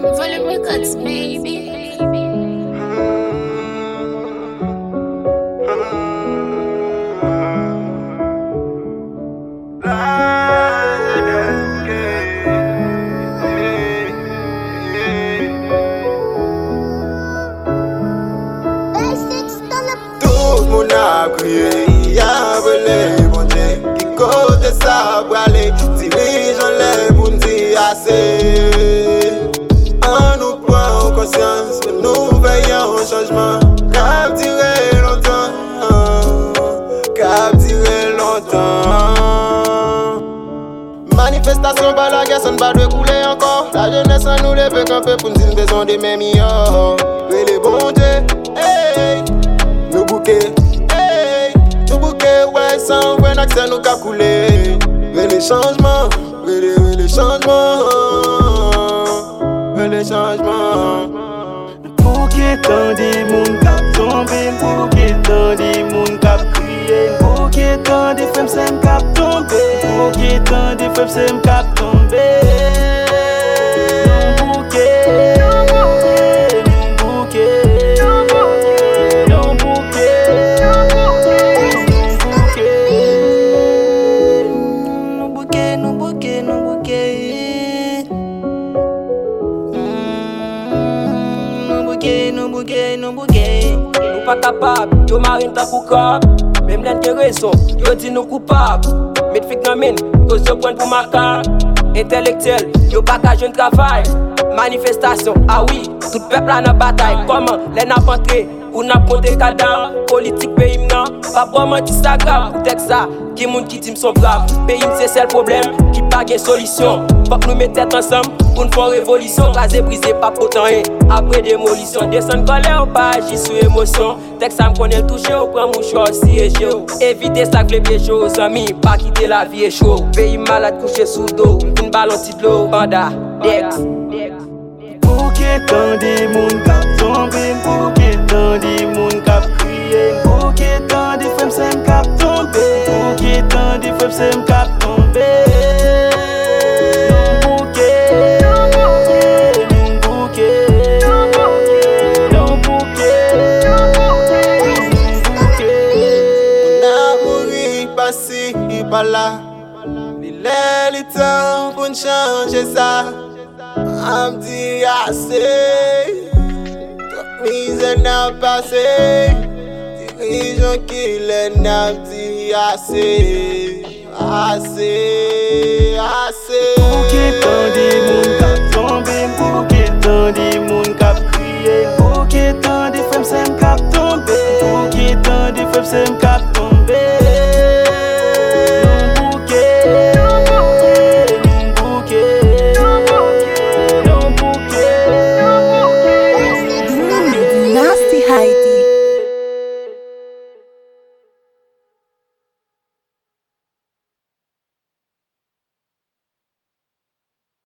Volume Records, baby. Tout mon a crié, y'a volé mon Dieu. Qui côté ça pour aller, dirigeant les boundi assez. On nous prend conscience que nous veillons au changement. Cap tirer longtemps, cap tirer longtemps. Manifestation par la guerre, ça ne va de couler encore. La jeunesse en nous les camper pour nous dire besoin des mêmes meilleurs. Et les bons Dieu, hey. Nous bouquets, hey, nous bouquets, ouais, sans vrai accès nous cap couler. Mais les changements, les changements, les changements. Bouquet tant des moun cap tomber, bouquet tant des moun cap crier, bouquet tant des femmes sem cap tomber, bouquet tant des femmes sem cap tomber. Nous pas capables, yo marine ta pour cop. Même l'un qui raison, yo dit nous coupables. Mais de fik nan men, cause yo prend pour ma carte. Intellectuel, yo pas qu'à jeune travail. Manifestation, ah oui, tout peuple a nan bataille. Comment, les n'a pas entré, ou n'a pas compté cadavre. Politique pays m'nan, pas pour mentir ça grave. Ou tek ça, qui moun qui dit sont braves. Pays c'est seul problème, qui pas de solution. Faut que nous mettre tête ensemble, pour nous faire révolution. Raser, briser, pas pour rien, après démolition. Descendre colère, on pas agir sous émotion. Tek ça m'connait touché, on prend mouchoir si et chaud. Éviter ça que les pieds chauds, amis, pas quitter la vie est chaud. Pays malade couché sous dos, une ballon de l'eau, banda, Dex. Bouquet tant des moun cap tomber, bouquet tant des moun cap crier, bouquet tant des femmes sem cap tomber, bouquet tant des femmes sem cap tomber. Passer par là, il est le temps pour nous changer ça. I'm dit assez, toute mise n'a passé. Dirigeant qui l'est n'a dit assez, assez, assez. Bouquet tant des moun cap tomber, bouquet tant des moun cap crier, bouquet tant des femmes sem cap tomber, bouquet tant des femmes sem